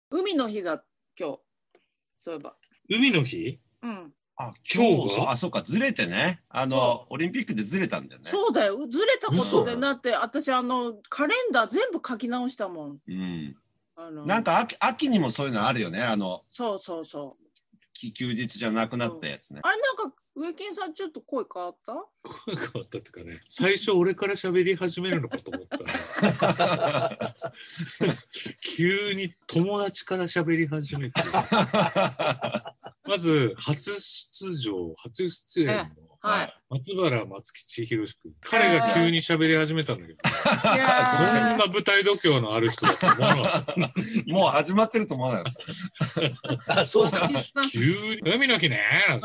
海の日だ、今日。そういえば。 海の日？ うん。 あ、今日が？あ、そうか、ずれてね。オリンピックでずれたんだよね。 そうだよ。ずれたことでなって、私、カレンダー全部書き直したもん。 うん。なんか秋にもそういうのあるよね。 そうそうそう。 休日じゃなくなったやつね。 あれなんか、植木さんちょっと声変わった？ 声変わったってかね、最初俺から喋り始めるのかと思ったら急に友達から喋り始めてまず初出演の松原松吉弘君、彼が急に喋り始めたんだけど、こんな舞台度胸のある人だと思わなかったもう始まってると思わないあ、そうか。急に海の日ね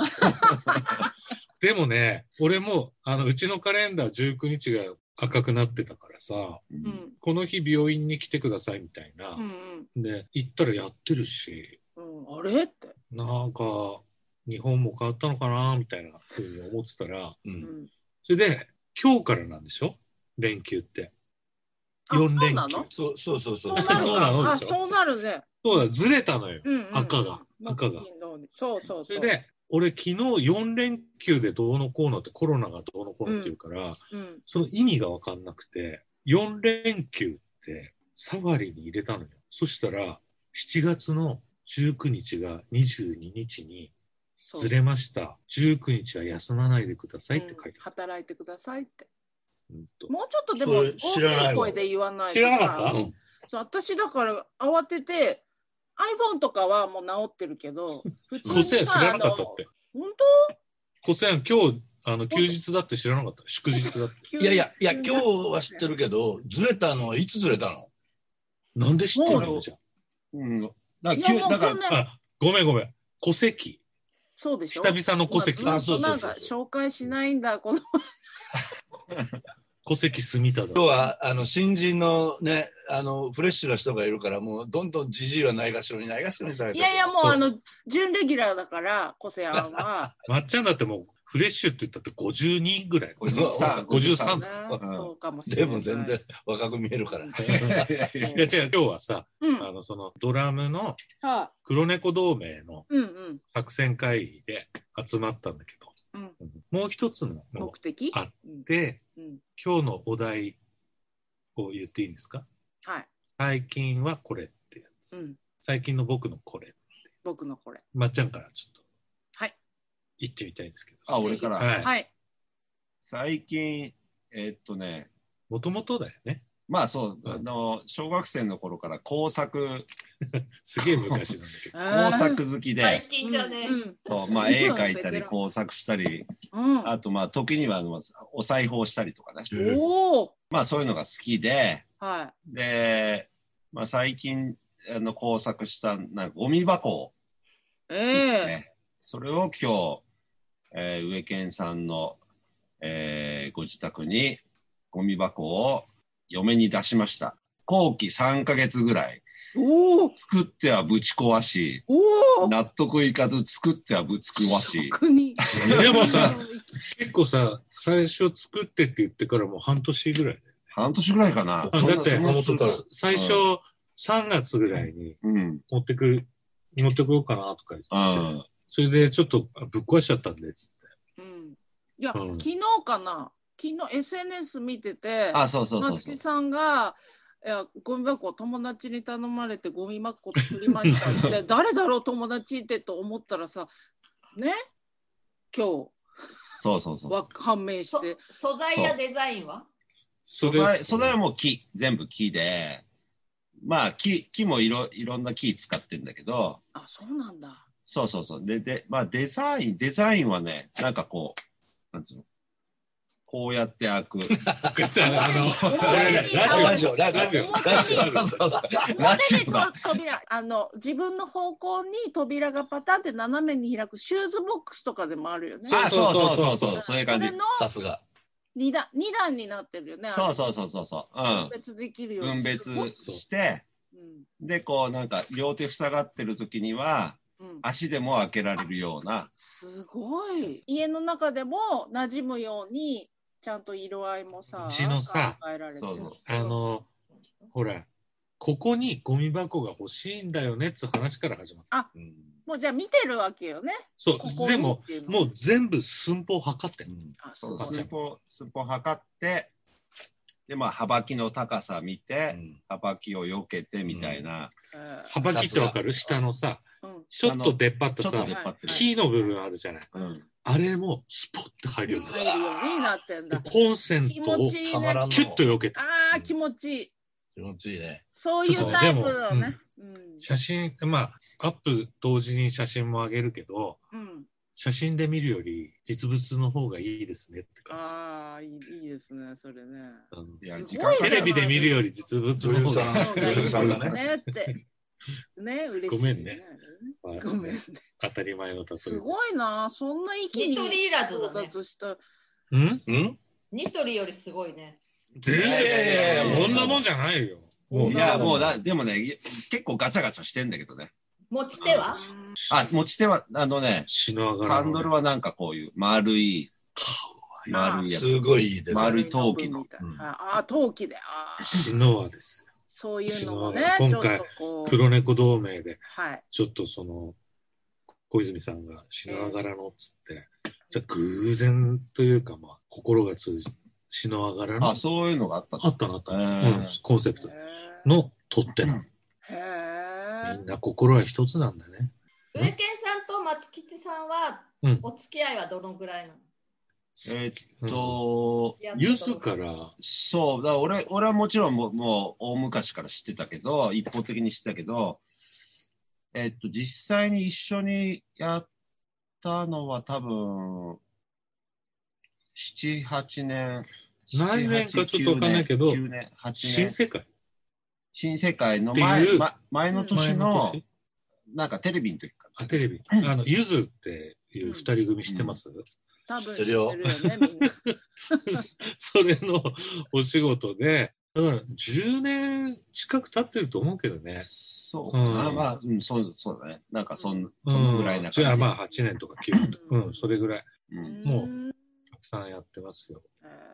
でもね、俺もうちのカレンダー19日が赤くなってたからさ、この日病院に来てくださいみたいな、で行ったらやってるし、 あれってなんか日本も変わったのかなみたいなふうに思ってたら、それで今日からなんでしょ、連休って。4連休。 そうそうなのでしょ。 そうなるね。 そうだ、ずれたのよ、赤が。 そう。 それで俺昨日4連休でどうのこうのってコロナがどうのこうのって言うから、その意味が分かんなくて、4連休ってサファリに入れたのよ。そしたら7月の19日が22日にずれました。19日は休まないでくださいって書いてある。 働いてくださいって。もうちょっとでも大きい声で言わないと。 知らなかった？ そう、私だから慌てて iPhone とかはもう治ってるけど、 普通に知らなかったって。 本当？小瀬今日休日だって知らなかった？祝日だって。 いや今日は知ってるけど、ずれたのはいつずれたの？ なんで知ってるのじゃだからごめん戸籍。 そうでしょ。 久々の戸籍。 なんか紹介しないんだこの戸籍住田だ。 今日は新人のねフレッシュな人がいるから、もうどんどんじじいはないがしろにされて。 いやもう準レギュラーだから小瀬庵は。 まっちゃんだってもうフレッシュって言ったって52ぐらい。53。 そうかもしれない。 でも全然若く見えるから。いや違う、今日はさ、そのドラムの黒猫同盟の作戦会議で集まったんだけど、もう一つの目的あって、今日のお題を言っていいんですか？ はい。 最近はこれってやつ。最近の僕のこれ。 僕のこれ。 まっちゃんからちょっと。 はい。 言ってみたいんですけど。 あ、俺から。 はい。 最近、 もともとだよね。 まあそう、小学生の頃から工作すげえ昔なんだけど工作好きで、 最近じゃね、 まあ絵描いたり工作したり、あとまあ時にはお裁縫したりとかね、まあそういうのが好きで、で、まあ最近工作したゴミ箱を作って、それを今日、植健さんの、ご自宅にゴミ箱を嫁に出しました。後期3ヶ月ぐらい。作ってはぶち壊し、納得いかず作ってはぶち壊し。 でもさ、結構さ、最初作ってって言ってからもう半年ぐらい。 半年ぐらいかな。 だって最初3月ぐらいに持ってこようかなとか言って、それでちょっとぶっ壊しちゃったんでつって。 いや、昨日かな。昨日 SNS 見てて、 そう松木さんがゴミ箱を友達に頼まれてゴミ箱作りましたって誰だろう友達ってと思ったらさ、ね、今日そう判明して。 素材やデザインは？ 素材はもう全部木で、まあ木もいろんな木使ってるんだけど。 あ、そうなんだ。 そうでまあデザインはね、なんかこうなんていうの、こうやって開く。 ラジオ。 自分の方向に扉がパタンって斜めに開くシューズボックスとかでもあるよね。 そういう感じ。 さすが。 2段になってるよね。 そう。 分別できるように。 分別して、でこうなんか両手塞がってる時には。足でも開けられるような。 すごい。家の中でも馴染むようにちゃんと色合いもさ、 うちのさ、ほらここにゴミ箱が欲しいんだよねって話から始まった。 あ、もうじゃあ見てるわけよね。 そう、でももう全部寸法測ってる。 そう、寸法測って、でまあ幅木の高さ見て、幅木を避けてみたいな。 幅木ってわかる？下のさ、ちょっと出っ張ったさ、木の部分あるじゃない。あれもスポッて入るようになってんだ。 コンセントをキュッと避けて。 ああ、気持ちいい。 気持ちいいね。 そういうタイプだね。 写真、まあアップ同時に写真も上げるけど、写真で見るより実物の方がいいですねって感じ。 ああ、いいですね、それね。 テレビで見るより実物の方がいいねって。ね、嬉しい。 ごめんね。 ごめんね。 当たり前の例え。 すごいな、そんな息に。 ニトリいらずだね。ニトリよりすごいね。 そんなもんじゃないよ。 いや、もうでもね、結構ガチャガチャしてんだけどね。 持ち手は？ 持ち手は、ハンドルはなんかこういう丸いやつ。 すごいいいですね。 丸い陶器の。 陶器で。 シノワです。 そういうのもね。 今回、黒猫同盟で、ちょっとその、小泉さんがシノワ柄のっつって、じゃ偶然というか、まあ、心が通じて、シノワ柄の。 そういうのがあった。 あった。コンセプトの取っ手なの。みんな心は一つなんだね。 上健さんと松吉さんは、お付き合いはどのぐらいなの？ ゆずから。 そう、だから俺はもちろんもう大昔から知ってたけど、一方的に知ってたけど、実際に一緒にやったのは多分、7、8年。 何年かちょっとわかんないけど、 9年、8年。 新世界の前の年の、なんかテレビの時かな。テレビ。ゆずっていう二人組知ってます？ 多分知ってるよね、みんな。 それのお仕事で、だから10年近く経ってると思うけどね。 そう。まあ、そうだね。なんかそのぐらいな感じ。 じゃあまあ8年とか9年とか、それぐらい。もう、たくさんやってますよ。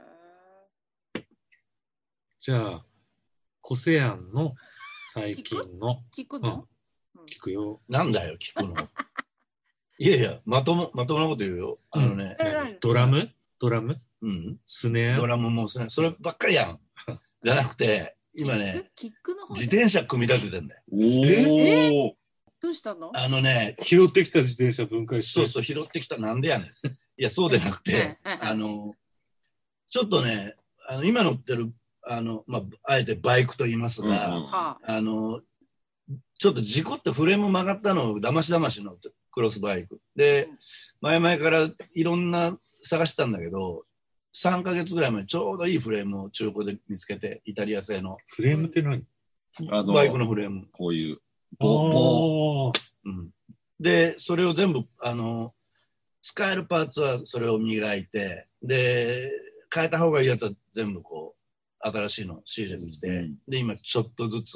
じゃあ、コセアンの最近の。 聞くの？ 聞くよ。 なんだよ、聞くの。いやいや、まともなこと言うよ。 ドラムスネアドラムもスネア。そればっかりやん。じゃなくて、今ね、自転車組み立ててんだよ。 どうしたの？ 拾ってきた自転車分解して。 そう、拾ってきた。なんでやねん。いや、そうでなくて、ちょっとね、今乗ってる、あえてバイクと言いますが、ちょっと事故ってフレーム曲がったのをだましのクロスバイク。で、前々からいろんな探してたんだけど、3ヶ月ぐらい前にちょうどいいフレームを中古で見つけて、イタリア製の。 フレームって何？ バイクのフレーム。 こういう棒。で、それを全部、使えるパーツはそれを磨いて、で、変えた方がいいやつは全部こう、新しいの仕入れてきて、で、今ちょっとずつ、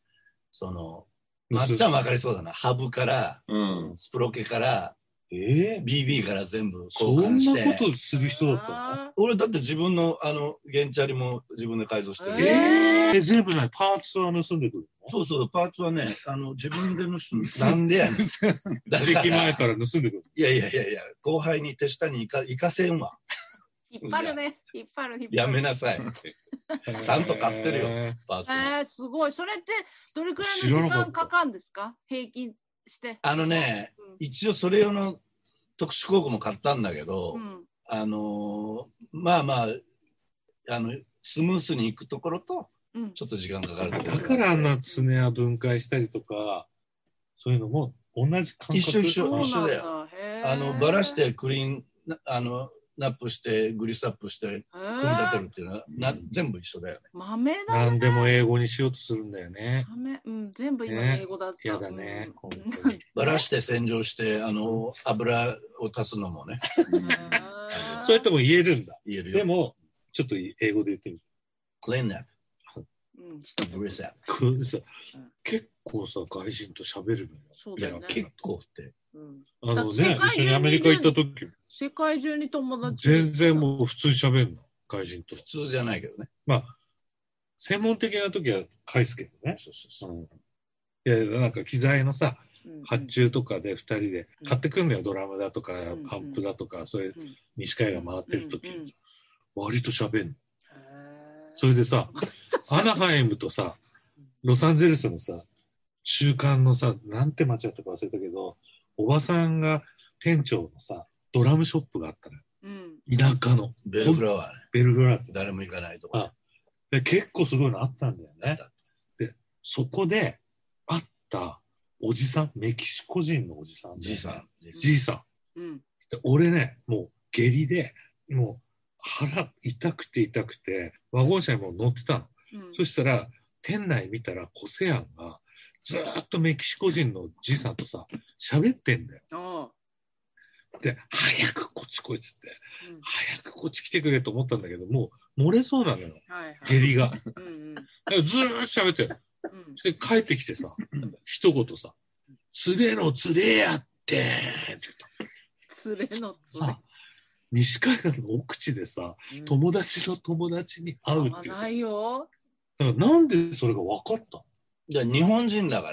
まっちゃん分かりそうだな。ハブから、スプロケから、BB から全部交換して。 そんなことする人だったの？ 俺だって自分の原チャリも自分で改造してる。 全部ない。パーツは盗んでくるの？そう、パーツはね、自分で盗んで。なんでやねん。 駅前から盗んでくる。 いや、後輩に手下に行かせんわ。 引っ張るね。引っ張る。 やめなさい。ちゃんと買ってるよ、パーツ。 すごい。それってどれくらいの時間かかるんですか？平均して。 一応それ用の特殊工具も買ったんだけど、まあ、スムースにいくところと、ちょっと時間かかる。 だからあんなスネア分解したりとか、そういうのも同じ感覚。 一緒だよ。ばらしてクリーン、ナップしてグリスアップして組み立てるっていうのは全部一緒だよね。 豆だね。何でも英語にしようとするんだよね。 全部今英語だった。 やだね。 ばらして洗浄して油を足すのもね。 そうやっても言えるんだ。 言えるよ。 でもちょっと英語で言ってみる。 クリーンナップ。グリスアップ。 結構さ外人と喋るのよ。 そうだよね。 結構って。 一緒にアメリカ行った時。 世界中に友達。 全然もう普通に喋るの。外人と。 普通じゃないけどね。 まあ、 専門的な時は返すけどね。いや、なんか機材のさ、発注とかで2人で買ってくんのよ、ドラムだとかアンプだとか、そういう西海岸回ってる時に割と喋んの。それでさ、アナハイムとさ、ロサンゼルスのさ、中間のさ、なんて街だったか忘れたけど、おばさんが店長のさ、ドラムショップがあったのよ。田舎の。 ベルフラワーね。 ベルフラワーって誰も行かないとこ。 で結構すごいのあったんだよね。で、そこで会ったおじさん、メキシコ人のおじさん、 じいさん。 で俺ね、もう下痢で、もう腹痛くて、ワゴン車にも乗ってたの。そしたら、店内見たらコセアンがずーっとメキシコ人のじいさんとさ、喋ってんだよ。で、早くこっち来いっつって、早くこっち来てくれと思ったんだけど、もう漏れそうなのよ、下痢が。だからずーっと喋ってる。で、帰ってきてさ、一言さ、つれのつれやってって言った。 つれのつれ。 西海岸の奥地でさ、友達の友達に会うっていうさ。 ないよ。 だからなんでそれが分かったの？ じゃあ日本人だから、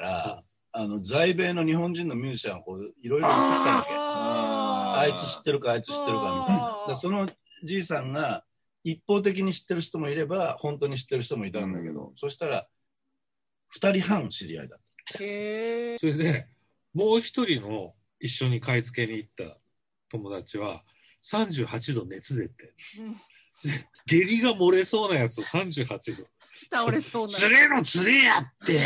在米の日本人のミュージシャンをこういろいろ言ってきたわけ。あいつ知ってるかみたいな。そのじいさんが一方的に知ってる人もいれば本当に知ってる人もいたんだけど、そしたら2人半知り合いだった。 それでもう一人の一緒に買い付けに行った友達は38度熱出て、下痢が漏れそうなやつを38度倒れそうなつれのつれやって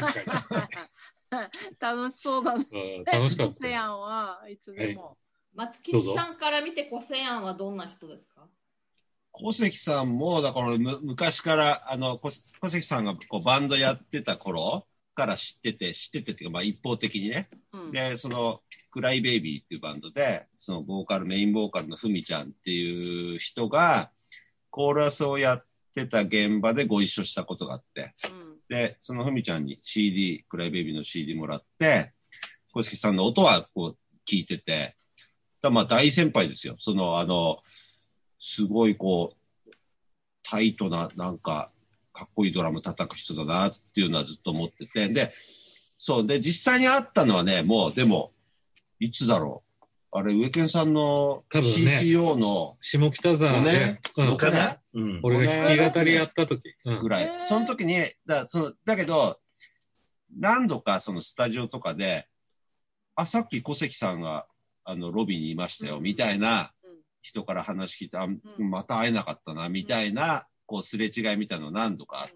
楽しそうだね。 楽しかった。 コセアンはいつでも。 松吉さんから見てコセアンはどんな人ですか？ 小関さんもだから昔から小関さんがこうバンドやってた頃から知っててっていうか、まあ一方的にね、でそのクライベイビーっていうバンドでそのメインボーカルのふみちゃんっていう人がコーラスをやってた現場でご一緒したことがあって、でそのふみちゃんに クライベイビーの CD もらって小関さんの音はこう聞いてて、まあ大先輩ですよ。すごいこうタイトななんかかっこいいドラム叩く人だなっていうのはずっと思ってて、でそうで実際に会ったのはね、もうでもいつだろう、あれ植健さんの CCO の下北沢ね、 かな、 俺が弾き語りやった時ぐらい、その時にだけど何度かそのスタジオとかでさっき小関さんがロビーにいましたよみたいな人から話聞いて、また会えなかったなみたいなこうすれ違いみたいなの何度かあって、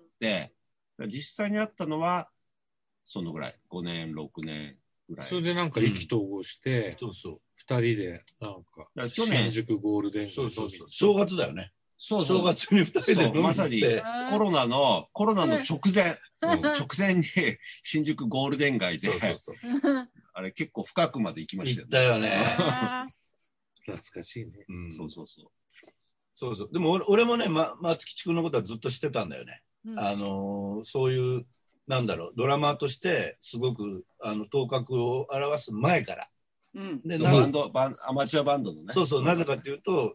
実際に会ったのはそのぐらい、5年6年ぐらい。 それでなんか意気投合して、2人でなんか新宿ゴールデン街、 正月だよね。正月に2人で飲んで、 まさにコロナの直前に新宿ゴールデン街であれ結構深くまで行きましたよね。 行ったよね。 懐かしいね。 そう。でも俺もね、松吉君のことはずっと知ってたんだよね。そういうなんだろう、ドラマーとしてすごく頭角を現す前から。 でアマチュアバンドのね。 そう、なぜかっていうと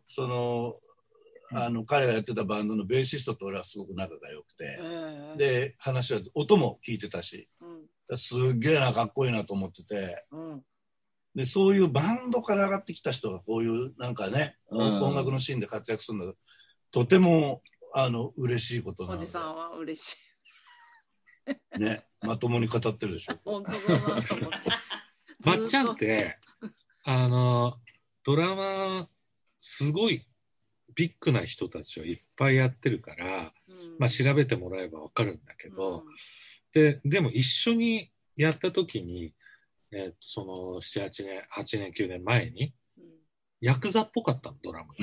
彼がやってたバンドのベーシストと俺はすごく仲が良くて、で話は音も聞いてたし、すっげえな、かっこいいなと思ってて、でそういうバンドから上がってきた人がこういうなんかね、音楽のシーンで活躍するのがとても嬉しいことなので。 おじさんは嬉しいね、まともに語ってるでしょ。 本当だなと思って。 まっちゃんってドラマすごいビッグな人たちをいっぱいやってるから、まあ調べてもらえば分かるんだけど、でも一緒にやった時に、その7、8年9年前に、ヤクザっぽかったの、ドラム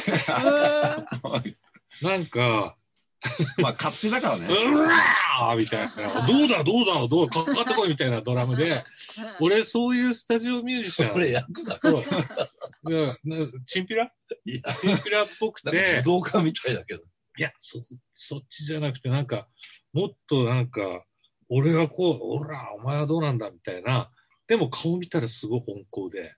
なんかまあ勝手だからね。 うわーみたいな、どうだかかってこいみたいなドラムで、俺そういうスタジオミュージシャン、 俺ヤクザチンピラっぽくて、 武道家みたいだけど、 いやそっちじゃなくて、なんかもっとなんか俺がこう、お前はどうなんだみたいな、でも顔見たらすごい温厚で、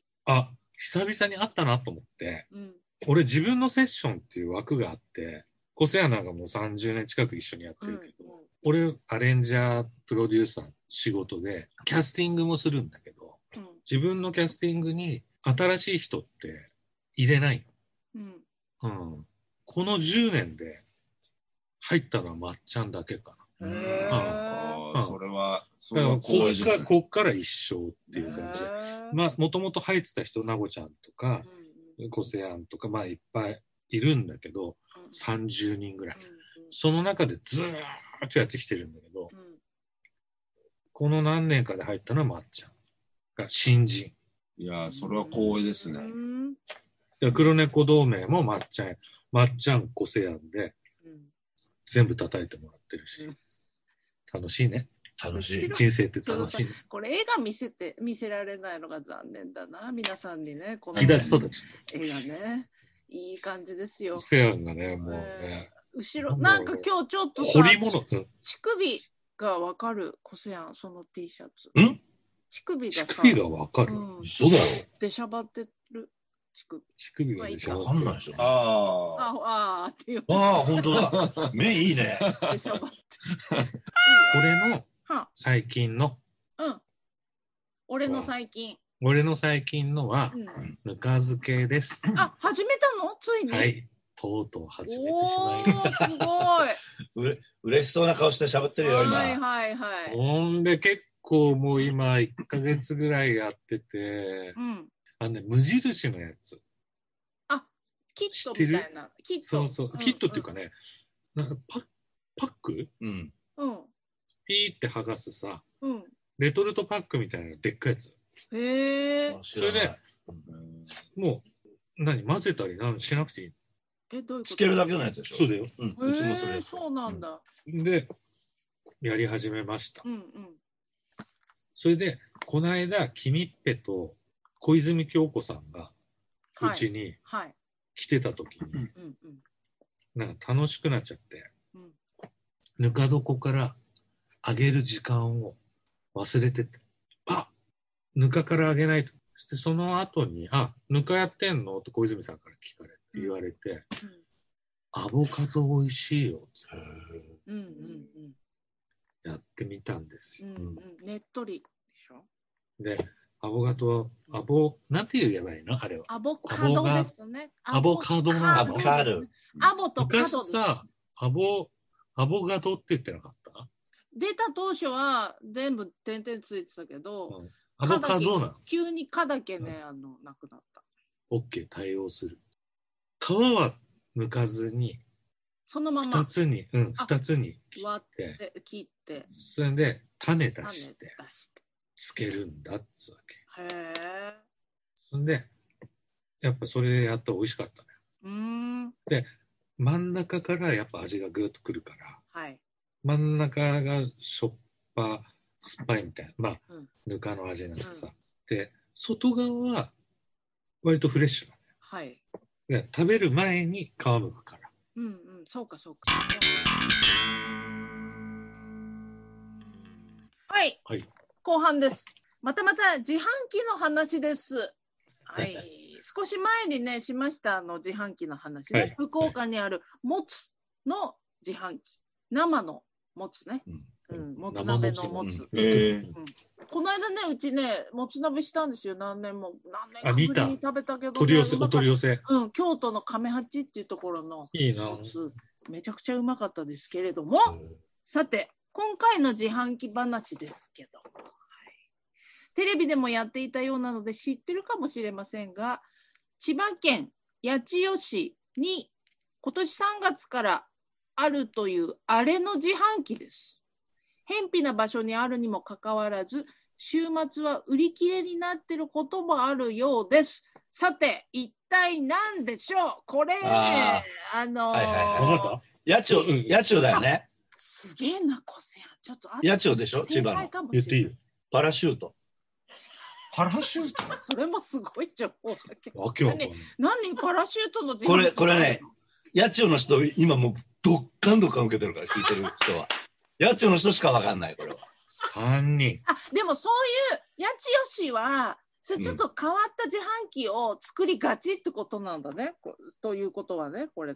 久々に会ったなと思って、俺自分のセッションっていう枠があって、 コセアなんかもう30年近く一緒にやってるけど、俺アレンジャープロデューサー仕事でキャスティングもするんだけど、自分のキャスティングに新しい人って入れない。この10年で入ったのはまっちゃんだけかな。 それはこっから一生っていう感じで、もともと入ってた人、なごちゃんとか、コセアンとか、いっぱいいるんだけど、30人ぐらい。その中でずーっとやってきてるんだけど、この何年かで入ったのはまっちゃんが新人。 いや、それは光栄ですね。 黒猫同盟もまっちゃん、コセアンで、全部叩いてもらってるし、楽しいね。 楽しい。 人生って楽しいね。 これ映画見せられないのが残念だな、皆さんにね。この引き出し育ち。 映画ね。いい感じですよ。 コセアンがね、もうね。 後ろ、なんか今日ちょっとさ、 彫り物。 乳首がわかる、コセアン、その T シャツ。乳首がわかる。 そうだろ。 でしゃばってる。 乳首がでしゃばってる。わかんないでしょ。 っていう。 本当だ。目いいね。 でしゃばって。 俺の最近の。 俺の最近のは、ぬか漬けです。 始めたの？ついに。 はい。とうとう始めてしまいました。 すごい。 嬉しそうな顔して喋ってるよ、今。 ほんで結構もう今1ヶ月ぐらいやってて、無印のやつ。 キットみたいな。 そうそう。キットっていうかね、パック？ピーって剥がすさ、レトルトパックみたいなでっかいやつ。 へえ。 それで、もう、混ぜたりしなくていい。 どういうこと？ つけるだけのやつでしょ。 そうだよ。 うちもそれ。 そうなんだ。 で、やり始めました。それで、この間、キミッペと小泉京子さんがうちに来てた時に、なんか楽しくなっちゃって、ぬか床からあげる時間を忘れてて、ぬかからあげないと。そしてその後に、ぬかやってんのと小泉さんから言われて、アボカド美味しいよってやってみたんですよ。 ねっとりでしょ。 で、アボカド、なんて言えばいいのあれは。 アボカドですね。 アボカドなの。 アボとカドです。 昔さ、アボガドって言ってなかった？ 出た当初は全部点々ついてたけど、 アボカドなの。 急に蚊だけね、なくなった。 OK、対応する。皮は剥かずに、 そのまま 2つに割って切って、 それで種出してつけるんだっつうわけ。 へえ。 そんでやっぱそれでやったら美味しかったね。で真ん中からやっぱ味がぐっとくるから、真ん中がしょっぱ酸っぱいみたいな、ぬかの味なんてさ、で外側は割とフレッシュなの。で食べる前に皮むくから。 そうか。はい。後半です。また自販機の話です。少し前にねしました自販機の話ね。福岡にあるもつの自販機、生のもつね。もつ鍋のもつ。この間ね、うちね、もつ鍋したんですよ。何年かぶりに食べたけど、 お取り寄せ。 京都の亀八っていうところのもつ、めちゃくちゃうまかったですけれども、さて、今回の自販機話ですけど、テレビでもやっていたようなので知ってるかもしれませんが、千葉県八千代市に今年3月からあるというあれの自販機です。偏僻な場所にあるにもかかわらず、週末は売り切れになってることもあるようです。さて、一体何でしょう？これね、 分かった？ 八千代だよね。 すげえな、個性。ちょっと八千代でしょ？千葉の。 言っていいよ。 パラシュート。 パラシュート？ それもすごい情報だけど。何パラシュートの自販機？これね、八千代の人、今もうドッカン受けてるから、聞いてる人は。八千代の人しか分かんない、これは。 3人。 でもそういう八千代市は、それちょっと変わった自販機を作りがちってことなんだね。ということはね、これね。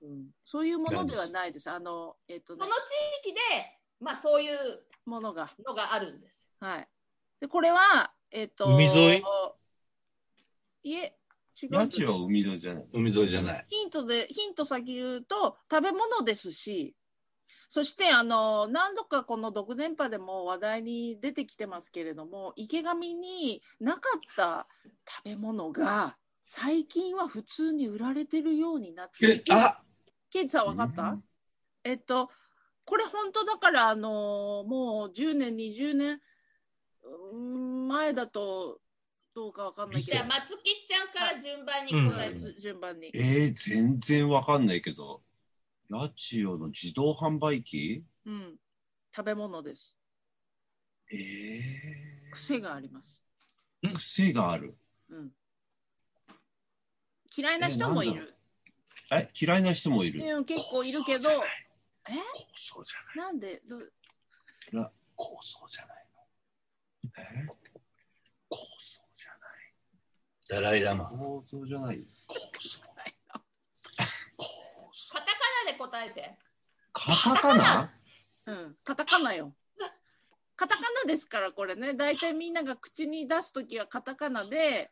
そういうものではないです。 その地域で、まあそういうものがあるんです。 はい。でこれは海沿い？ いえ、違う。 八千は海沿いじゃない。 海沿いじゃない。 ヒント先言うと食べ物ですし、そして何度かこの独電波でも話題に出てきてますけれども、池上になかった食べ物が最近は普通に売られてるようになって。ケイチさん分かった？これ本当だからもう10年20年前だとどうか分かんないけど。 じゃあ松木ちゃんから順番に答えて、 順番に。 全然分かんないけど。八千代の自動販売機？ 食べ物です。癖があります。 癖がある。 嫌いな人もいる。 嫌いな人もいる。 結構いるけど。 そうじゃない。 なんで構想じゃないの。構想じゃない。 ダライラマ。 構想じゃない。 構想。 カタカナで答えて。 カタカナ？ カタカナよ。カタカナですからこれね。大体みんなが口に出すときはカタカナで、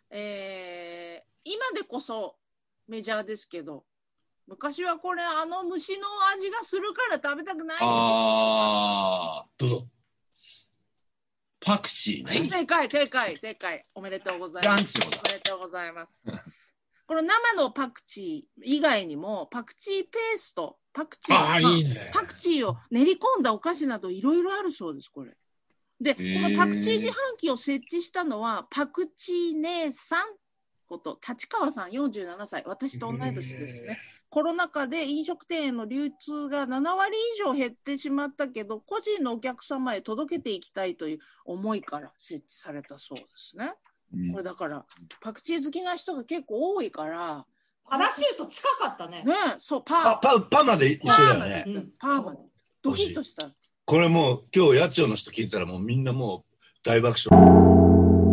今でこそメジャーですけど、昔はこれ虫の味がするから食べたくない。 どうぞ。 パクチーね。 正解。おめでとうございます。おめでとうございます。この生のパクチー以外にもパクチーペースト、パクチーを練り込んだお菓子などいろいろあるそうです。これで、このパクチー自販機を設置したのはパクチー姉さんこと立川さん47歳、私と同い年ですね。コロナ禍で飲食店への流通が7割以上減ってしまったけど、個人のお客様へ届けていきたいという思いから設置されたそうですね。これだからパクチー好きな人が結構多いから。 パラシュート近かったね。 そう、 パまで一緒だよね。 パーまでドキッとした。 これもう今日八千代の人聞いたらもうみんなもう大爆笑。